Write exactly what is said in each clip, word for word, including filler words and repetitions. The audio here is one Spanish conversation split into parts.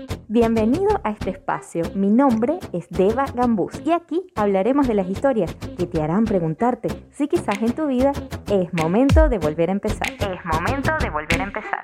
Bienvenido a este espacio. Mi nombre es Deva Gambús y aquí hablaremos de las historias que te harán preguntarte si quizás en tu vida es momento de volver a empezar. Es momento de volver a empezar.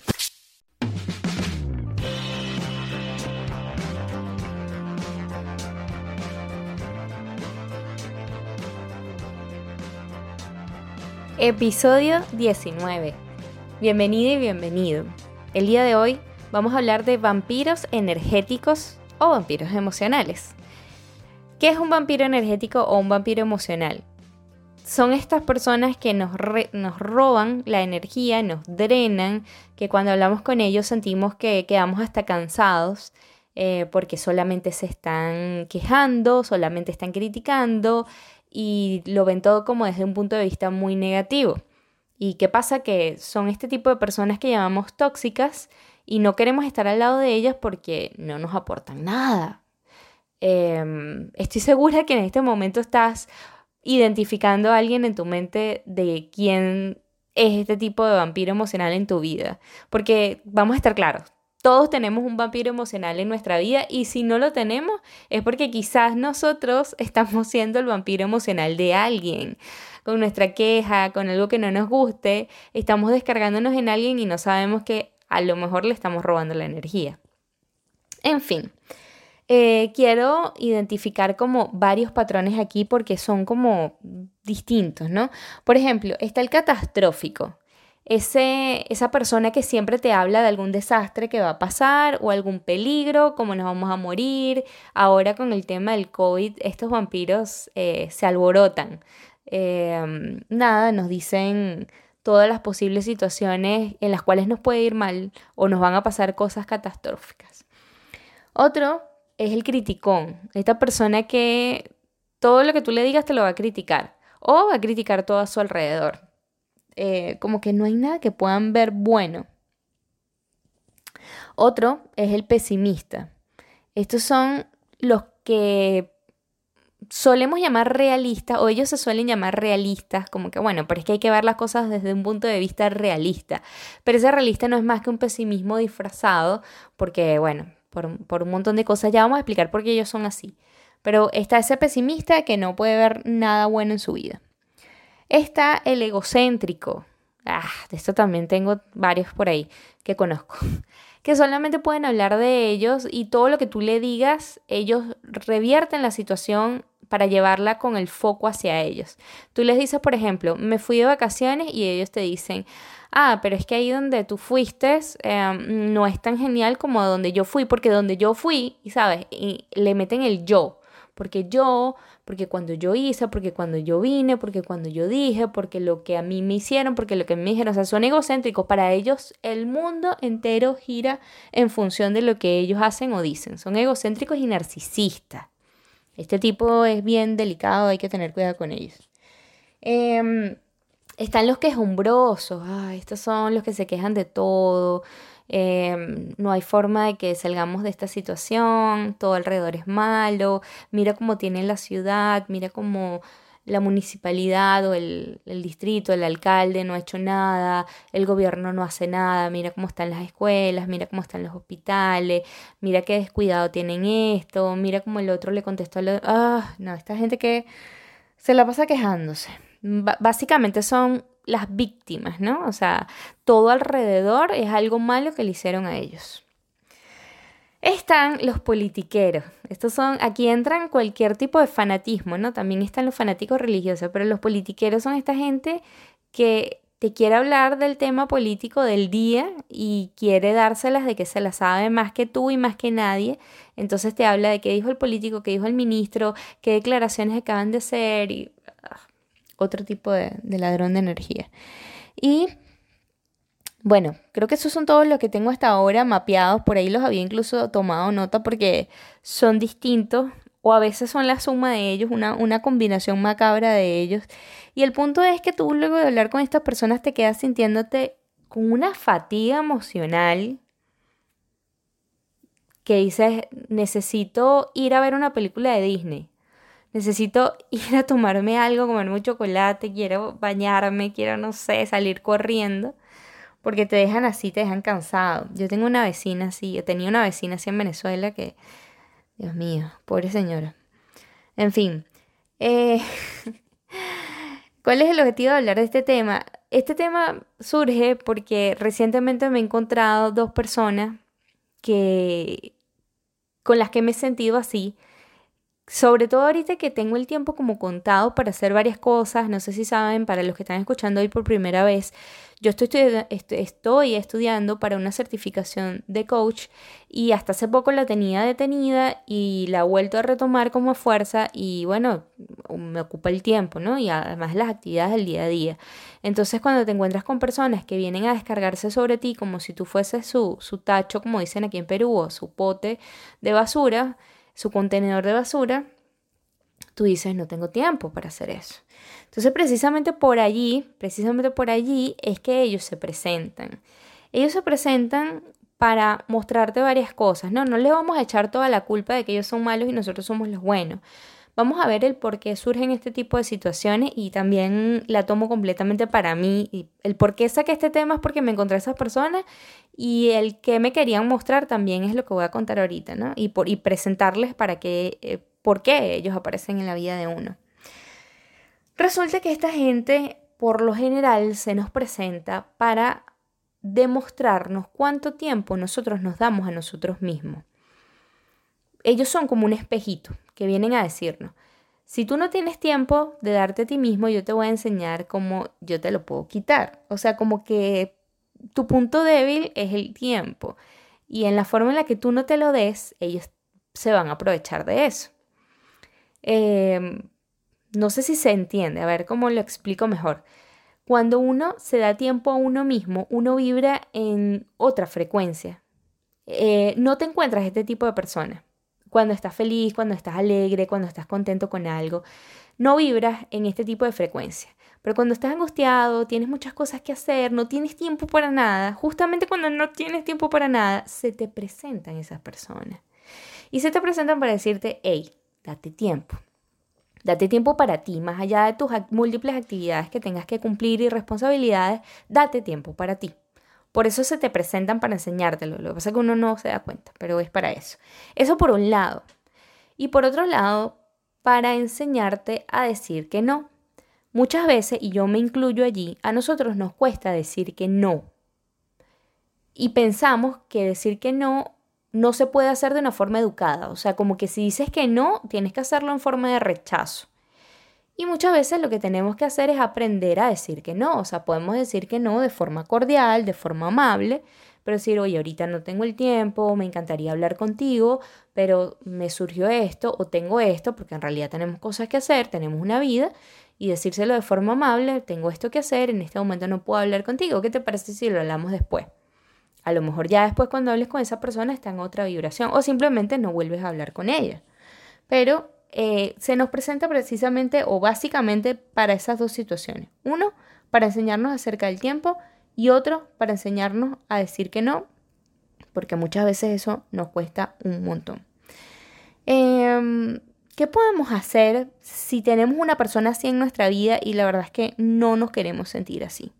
Episodio diecinueve. Bienvenida y bienvenido. El día de hoy vamos a hablar de vampiros energéticos o vampiros emocionales. ¿Qué es un vampiro energético o un vampiro emocional? Son estas personas que nos, re- nos roban la energía, nos drenan, que cuando hablamos con ellos sentimos que quedamos hasta cansados eh, porque solamente se están quejando, solamente están criticando y lo ven todo como desde un punto de vista muy negativo. ¿Y qué pasa? Que son este tipo de personas que llamamos tóxicas y no queremos estar al lado de ellas porque no nos aportan nada. Eh, estoy segura que en este momento estás identificando a alguien en tu mente de quién es este tipo de vampiro emocional en tu vida. Porque vamos a estar claros, todos tenemos un vampiro emocional en nuestra vida y si no lo tenemos es porque quizás nosotros estamos siendo el vampiro emocional de alguien. Con nuestra queja, con algo que no nos guste, estamos descargándonos en alguien y no sabemos que a lo mejor le estamos robando la energía. En fin, eh, quiero identificar como varios patrones aquí porque son como distintos, ¿no? Por ejemplo, está el catastrófico. Ese, esa persona que siempre te habla de algún desastre que va a pasar o algún peligro, como nos vamos a morir. Ahora con el tema del COVID, estos vampiros eh, se alborotan. Eh, nada, nos dicen todas las posibles situaciones en las cuales nos puede ir mal o nos van a pasar cosas catastróficas. Otro es el criticón, esta persona que todo lo que tú le digas te lo va a criticar o va a criticar todo a su alrededor. Eh, como que no hay nada que puedan ver bueno. Otro es el pesimista. Estos son los que solemos llamar realistas, o ellos se suelen llamar realistas, como que bueno, pero es que hay que ver las cosas desde un punto de vista realista. Pero ese realista no es más que un pesimismo disfrazado, porque bueno, por, por un montón de cosas ya vamos a explicar por qué ellos son así. Pero está ese pesimista que no puede ver nada bueno en su vida. Está el egocéntrico. Ah, de esto también tengo varios por ahí que conozco. Que solamente pueden hablar de ellos y todo lo que tú le digas, ellos revierten la situación para llevarla con el foco hacia ellos. Tú les dices, por ejemplo, me fui de vacaciones y ellos te dicen, ah, pero es que ahí donde tú fuiste eh, no es tan genial como donde yo fui, porque donde yo fui, y sabes, y le meten el yo. Porque yo, porque cuando yo hice, porque cuando yo vine, porque cuando yo dije, porque lo que a mí me hicieron, porque lo que me dijeron, o sea, son egocéntricos. Para ellos el mundo entero gira en función de lo que ellos hacen o dicen. Son egocéntricos y narcisistas. Este tipo es bien delicado, hay que tener cuidado con ellos. Eh, están los quejumbrosos, ay, estos son los que se quejan de todo. Eh, no hay forma de que salgamos de esta situación, todo alrededor es malo, mira cómo tiene la ciudad, mira cómo la municipalidad o el, el distrito, el alcalde no ha hecho nada, el gobierno no hace nada, mira cómo están las escuelas, mira cómo están los hospitales, mira qué descuidado tienen esto, mira cómo el otro le contestó al otro. Ah, no, esta gente que se la pasa quejándose. B- básicamente son las víctimas, ¿no? O sea, todo alrededor es algo malo que le hicieron a ellos. Están los politiqueros. Estos son, aquí entran cualquier tipo de fanatismo, ¿no? También están los fanáticos religiosos, pero los politiqueros son esta gente que te quiere hablar del tema político del día y quiere dárselas de que se la sabe más que tú y más que nadie. Entonces te habla de qué dijo el político, qué dijo el ministro, qué declaraciones acaban de hacer y ah, otro tipo de, de ladrón de energía. Y bueno, creo que esos son todos los que tengo hasta ahora mapeados. Por ahí los había incluso tomado nota porque son distintos o a veces son la suma de ellos, una, una combinación macabra de ellos. Y el punto es que tú luego de hablar con estas personas te quedas sintiéndote con una fatiga emocional que dices, necesito ir a ver una película de Disney. Necesito ir a tomarme algo, comerme un chocolate, quiero bañarme, quiero, no sé, salir corriendo. porque te dejan así, te dejan cansado. Yo tengo una vecina así, yo tenía una vecina así en Venezuela que, Dios mío, pobre señora. En fin, eh, ¿cuál es el objetivo de hablar de este tema? Este tema surge porque recientemente me he encontrado dos personas que, con las que me he sentido así. Sobre todo ahorita que tengo el tiempo como contado para hacer varias cosas, no sé si saben, para los que están escuchando hoy por primera vez, yo estoy, estudi- est- estoy estudiando para una certificación de coach y hasta hace poco la tenía detenida y la he vuelto a retomar como a fuerza y bueno, me ocupa el tiempo, ¿no? Y además las actividades del día a día. Entonces cuando te encuentras con personas que vienen a descargarse sobre ti como si tú fueses su, su tacho, como dicen aquí en Perú, o su pote de basura, su contenedor de basura, tú dices, no tengo tiempo para hacer eso. Entonces, precisamente por allí, precisamente por allí es que ellos se presentan. Ellos se presentan para mostrarte varias cosas, ¿no? No les vamos a echar toda la culpa de que ellos son malos y nosotros somos los buenos. Vamos a ver el por qué surgen este tipo de situaciones y también la tomo completamente para mí. Y el por qué saqué este tema es porque me encontré a esas personas y el que me querían mostrar también es lo que voy a contar ahorita, ¿no? Y, por, y presentarles para que, eh, por qué ellos aparecen en la vida de uno. Resulta que esta gente, por lo general, se nos presenta para demostrarnos cuánto tiempo nosotros nos damos a nosotros mismos. Ellos son como un espejito que vienen a decirnos, si tú no tienes tiempo de darte a ti mismo, yo te voy a enseñar cómo yo te lo puedo quitar. O sea, como que tu punto débil es el tiempo. Y en la forma en la que tú no te lo des, ellos se van a aprovechar de eso. Eh, no sé si se entiende, a ver cómo lo explico mejor. Cuando uno se da tiempo a uno mismo, uno vibra en otra frecuencia. Eh, no te encuentras este tipo de personas. Cuando estás feliz, cuando estás alegre, cuando estás contento con algo, no vibras en este tipo de frecuencia. Pero cuando estás angustiado, tienes muchas cosas que hacer, no tienes tiempo para nada, justamente cuando no tienes tiempo para nada, se te presentan esas personas. Y se te presentan para decirte, hey, date tiempo. Date tiempo para ti, más allá de tus act- múltiples actividades que tengas que cumplir y responsabilidades, date tiempo para ti. Por eso se te presentan para enseñártelo. Lo que pasa es que uno no se da cuenta, pero es para eso. Eso por un lado. Y por otro lado, para enseñarte a decir que no. Muchas veces, y yo me incluyo allí, a nosotros nos cuesta decir que no. Y pensamos que decir que no no se puede hacer de una forma educada. O sea, como que si dices que no, tienes que hacerlo en forma de rechazo. Y muchas veces lo que tenemos que hacer es aprender a decir que no. O sea, podemos decir que no de forma cordial, de forma amable, pero decir, oye, ahorita no tengo el tiempo, me encantaría hablar contigo, pero me surgió esto o tengo esto, porque en realidad tenemos cosas que hacer, tenemos una vida, y decírselo de forma amable, tengo esto que hacer, en este momento no puedo hablar contigo, ¿qué te parece si lo hablamos después? A lo mejor ya después cuando hables con esa persona está en otra vibración o simplemente no vuelves a hablar con ella. Pero eh, se nos presenta precisamente o básicamente para esas dos situaciones. Uno, para enseñarnos acerca del tiempo y otro, para enseñarnos a decir que no, porque muchas veces eso nos cuesta un montón. Em, ¿Qué podemos hacer si tenemos una persona así en nuestra vida y la verdad es que no nos queremos sentir así?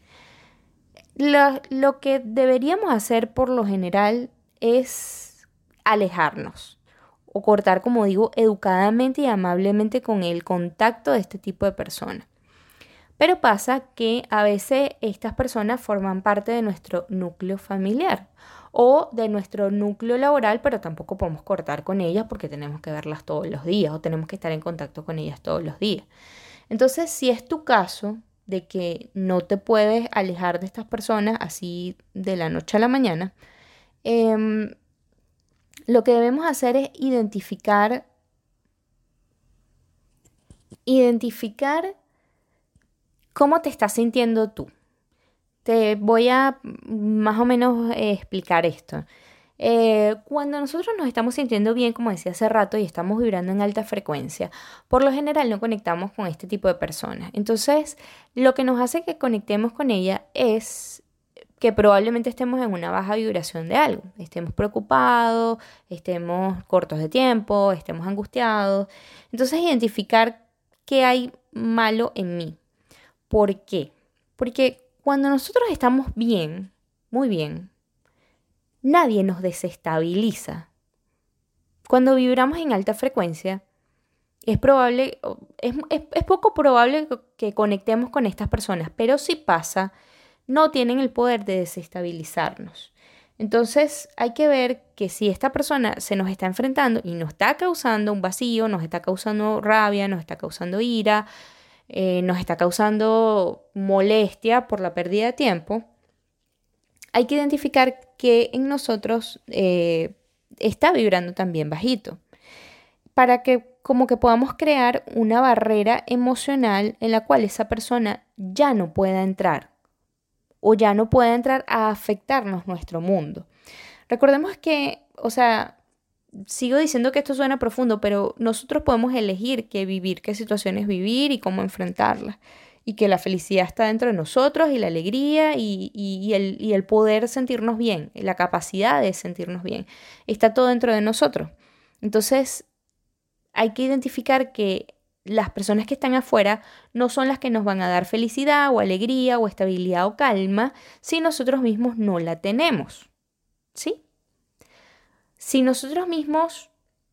Lo, lo que deberíamos hacer por lo general es alejarnos o cortar, como digo, educadamente y amablemente con el contacto de este tipo de personas. Pero pasa que a veces estas personas forman parte de nuestro núcleo familiar o de nuestro núcleo laboral, pero tampoco podemos cortar con ellas porque tenemos que verlas todos los días o tenemos que estar en contacto con ellas todos los días. Entonces, si es tu caso de que no te puedes alejar de estas personas así de la noche a la mañana, em, lo que debemos hacer es identificar, identificar cómo te estás sintiendo tú. Te voy a más o menos eh, explicar esto. Eh, cuando nosotros nos estamos sintiendo bien, como decía hace rato, y estamos vibrando en alta frecuencia, por lo general no conectamos con este tipo de personas. Entonces, lo que nos hace que conectemos con ella es que probablemente estemos en una baja vibración de algo. Estemos preocupados, estemos cortos de tiempo, estemos angustiados. Entonces, identificar qué hay malo en mí. ¿Por qué? Porque cuando nosotros estamos bien, muy bien, nadie nos desestabiliza. Cuando vibramos en alta frecuencia, es probable, es, es, es poco probable que conectemos con estas personas, pero si pasa, no tienen el poder de desestabilizarnos. Entonces hay que ver que si esta persona se nos está enfrentando y nos está causando un vacío, nos está causando rabia, nos está causando ira, eh, nos está causando molestia por la pérdida de tiempo, hay que identificar que en nosotros eh, está vibrando también bajito, para que como que podamos crear una barrera emocional en la cual esa persona ya no pueda entrar o ya no pueda entrar a afectarnos nuestro mundo. Recordemos que, o sea, sigo diciendo que esto suena profundo, pero nosotros podemos elegir qué vivir, qué situaciones vivir y cómo enfrentarlas. Y que la felicidad está dentro de nosotros y la alegría y, y, y, el, y el poder sentirnos bien, la capacidad de sentirnos bien. Está todo dentro de nosotros. Entonces, hay que identificar que las personas que están afuera no son las que nos van a dar felicidad o alegría o estabilidad o calma si nosotros mismos no la tenemos. ¿Sí? Si nosotros mismos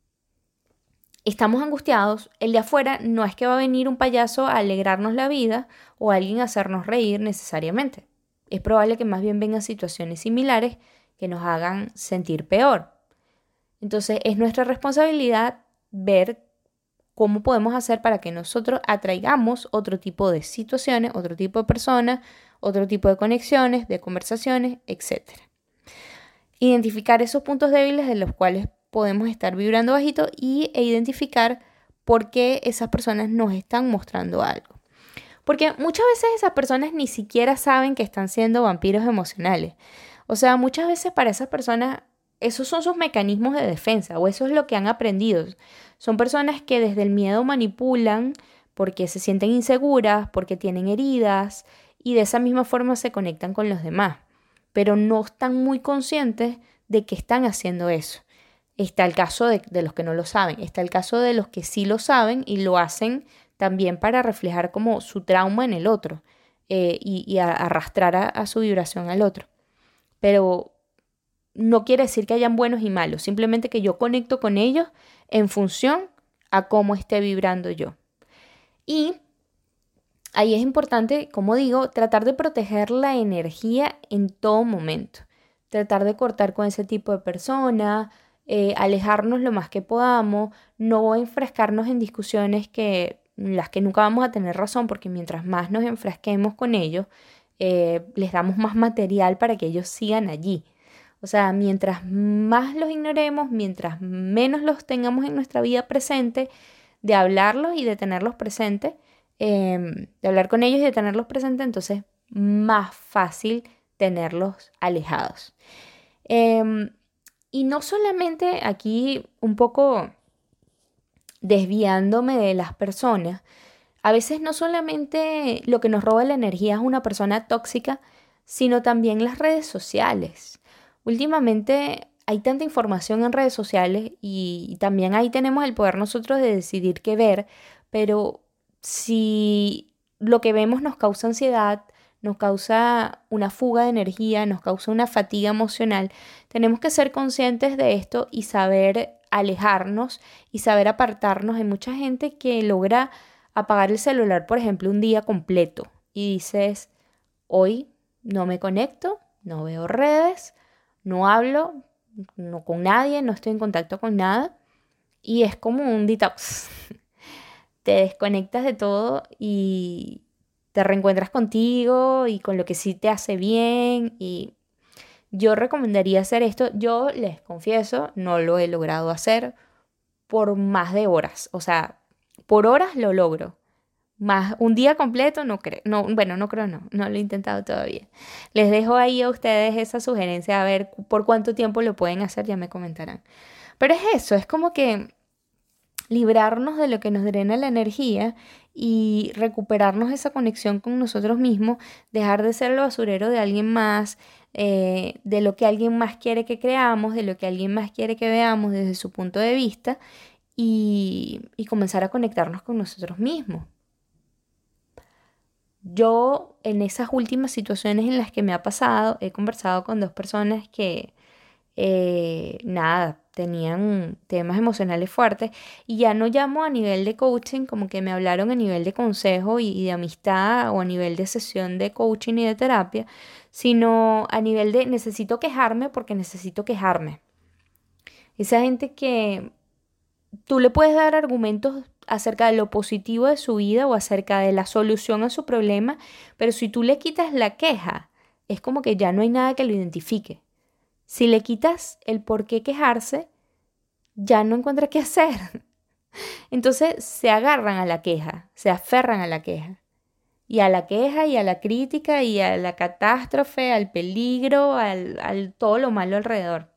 estamos angustiados, el de afuera no es que va a venir un payaso a alegrarnos la vida o alguien a hacernos reír necesariamente. Es probable que más bien vengan situaciones similares que nos hagan sentir peor. Entonces es nuestra responsabilidad ver cómo podemos hacer para que nosotros atraigamos otro tipo de situaciones, otro tipo de personas, otro tipo de conexiones, de conversaciones, etcétera. Identificar esos puntos débiles de los cuales podemos estar vibrando bajito y, e identificar por qué esas personas nos están mostrando algo. Porque muchas veces esas personas ni siquiera saben que están siendo vampiros emocionales. O sea, muchas veces para esas personas esos son sus mecanismos de defensa o eso es lo que han aprendido. Son personas que desde el miedo manipulan porque se sienten inseguras, porque tienen heridas y de esa misma forma se conectan con los demás. Pero no están muy conscientes de que están haciendo eso. Está el caso de, de los que no lo saben, está el caso de los que sí lo saben y lo hacen también para reflejar como su trauma en el otro eh, y, y a, arrastrar a, a su vibración al otro. Pero no quiere decir que hayan buenos y malos, simplemente que yo conecto con ellos en función a cómo esté vibrando yo. Y ahí es importante, como digo, tratar de proteger la energía en todo momento. Tratar de cortar con ese tipo de personas, eh, alejarnos lo más que podamos, no enfrascarnos en discusiones que las que nunca vamos a tener razón, porque mientras más nos enfrasquemos con ellos, eh, les damos más material para que ellos sigan allí. O sea, mientras más los ignoremos, mientras menos los tengamos en nuestra vida presente, de hablarlos y de tenerlos presentes, eh, de hablar con ellos y de tenerlos presentes, entonces más fácil tenerlos alejados. Eh, y no solamente aquí un poco desviándome de las personas, a veces no solamente lo que nos roba la energía es una persona tóxica, sino también las redes sociales. Últimamente hay tanta información en redes sociales y también ahí tenemos el poder nosotros de decidir qué ver, pero si lo que vemos nos causa ansiedad, nos causa una fuga de energía, nos causa una fatiga emocional, tenemos que ser conscientes de esto y saber alejarnos y saber apartarnos. Hay mucha gente que logra apagar el celular, por ejemplo, un día completo y dices, hoy no me conecto, no veo redes, no hablo no con nadie, no estoy en contacto con nada y es como un detox. Te desconectas de todo y te reencuentras contigo y con lo que sí te hace bien y yo recomendaría hacer esto. Yo les confieso, no lo he logrado hacer por más de horas, o sea, por horas lo logro. Más un día completo, no creo. No, bueno, no creo, no. No lo he intentado todavía. Les dejo ahí a ustedes esa sugerencia a ver por cuánto tiempo lo pueden hacer, ya me comentarán. Pero es eso, es como que librarnos de lo que nos drena la energía y recuperarnos esa conexión con nosotros mismos, dejar de ser el basurero de alguien más, eh, de lo que alguien más quiere que creamos, de lo que alguien más quiere que veamos desde su punto de vista y, y comenzar a conectarnos con nosotros mismos. Yo en esas últimas situaciones en las que me ha pasado, he conversado con dos personas que, eh, nada, tenían temas emocionales fuertes y ya no llamo a nivel de coaching, como que me hablaron a nivel de consejo y, y de amistad o a nivel de sesión de coaching y de terapia, sino a nivel de necesito quejarme porque necesito quejarme. Esa gente que tú le puedes dar argumentos acerca de lo positivo de su vida o acerca de la solución a su problema, pero si tú le quitas la queja, es como que ya no hay nada que lo identifique. Si le quitas el por qué quejarse, ya no encuentra qué hacer. Entonces se agarran a la queja, se aferran a la queja. Y a la queja y a la crítica y a la catástrofe, al peligro, al, al todo lo malo alrededor.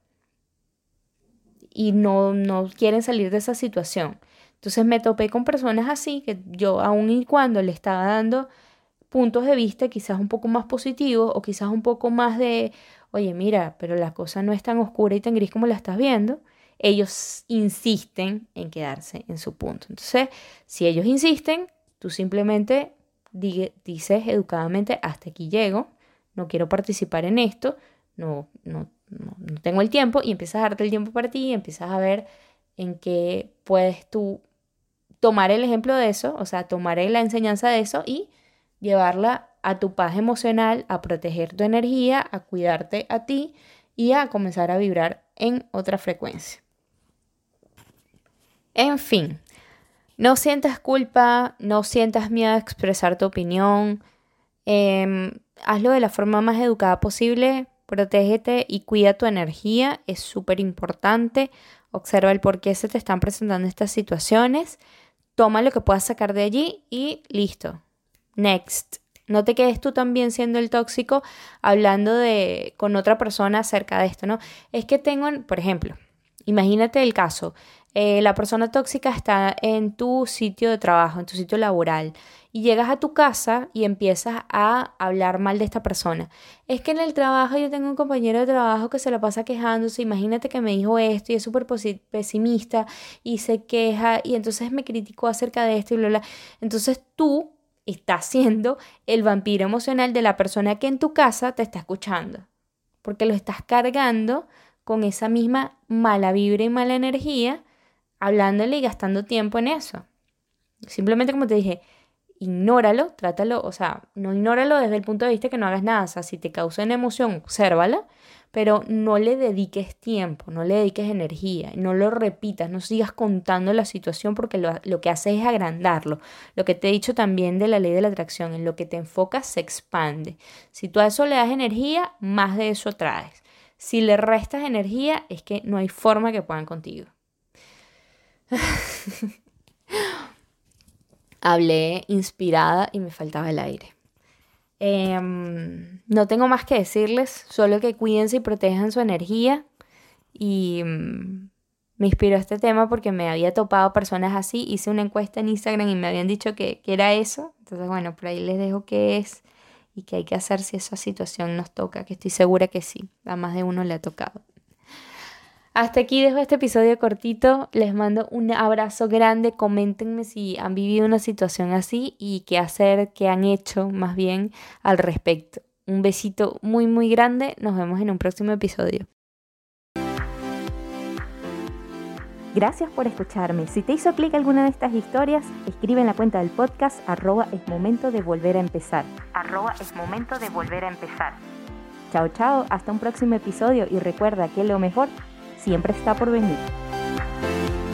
Y no, no quieren salir de esa situación. Entonces me topé con personas así que yo aun y cuando le estaba dando puntos de vista quizás un poco más positivos o quizás un poco más de, oye, mira, pero la cosa no es tan oscura y tan gris como la estás viendo, ellos insisten en quedarse en su punto. Entonces, si ellos insisten, tú simplemente di- dices educadamente, hasta aquí llego, no quiero participar en esto, no, no, no, no tengo el tiempo, y empiezas a darte el tiempo para ti y empiezas a ver en qué puedes tú tomar el ejemplo de eso, o sea, tomar la enseñanza de eso y llevarla a tu paz emocional, a proteger tu energía, a cuidarte a ti y a comenzar a vibrar en otra frecuencia. En fin, no sientas culpa, no sientas miedo a expresar tu opinión, em, hazlo de la forma más educada posible, protégete y cuida tu energía, es súper importante. Observa el por qué se te están presentando estas situaciones, toma lo que puedas sacar de allí y listo. Next. No te quedes tú también siendo el tóxico hablando de con otra persona acerca de esto, ¿no? Es que tengo, por ejemplo, imagínate el caso, eh, la persona tóxica está en tu sitio de trabajo, en tu sitio laboral, y llegas a tu casa y empiezas a hablar mal de esta persona. Es que en el trabajo yo tengo un compañero de trabajo que se la pasa quejándose, imagínate que me dijo esto y es súper pesimista y se queja y entonces me criticó acerca de esto y bla, bla. Entonces tú estás siendo el vampiro emocional de la persona que en tu casa te está escuchando, porque lo estás cargando con esa misma mala vibra y mala energía, hablándole y gastando tiempo en eso. Simplemente, como te dije, ignóralo, trátalo, o sea, no ignóralo desde el punto de vista que no hagas nada, o sea, si te causa una emoción, obsérvala, pero no le dediques tiempo, no le dediques energía, no lo repitas, no sigas contando la situación porque lo, lo que hace es agrandarlo. Lo que te he dicho también de la ley de la atracción, en lo que te enfocas se expande. Si tú a eso le das energía, más de eso traes. Si le restas energía, es que no hay forma que puedan contigo. Hablé inspirada y me faltaba el aire. Eh, no tengo más que decirles, solo que cuídense y protejan su energía. Y um, me inspiró este tema porque me había topado personas así. Hice una encuesta en Instagram y me habían dicho que, que era eso. Entonces, bueno, por ahí les dejo qué es y qué hay que hacer si esa situación nos toca, que estoy segura que sí, a más de uno le ha tocado. Hasta aquí dejo este episodio cortito. Les mando un abrazo grande. Coméntenme si han vivido una situación así y qué hacer, qué han hecho más bien al respecto. Un besito muy muy grande. Nos vemos en un próximo episodio. Gracias por escucharme. Si te hizo clic alguna de estas historias, escribe en la cuenta del podcast arroba es momento de volver a empezar. Arroba es momento de volver a empezar. Chao, chao. Hasta un próximo episodio y recuerda que lo mejor siempre está por venir.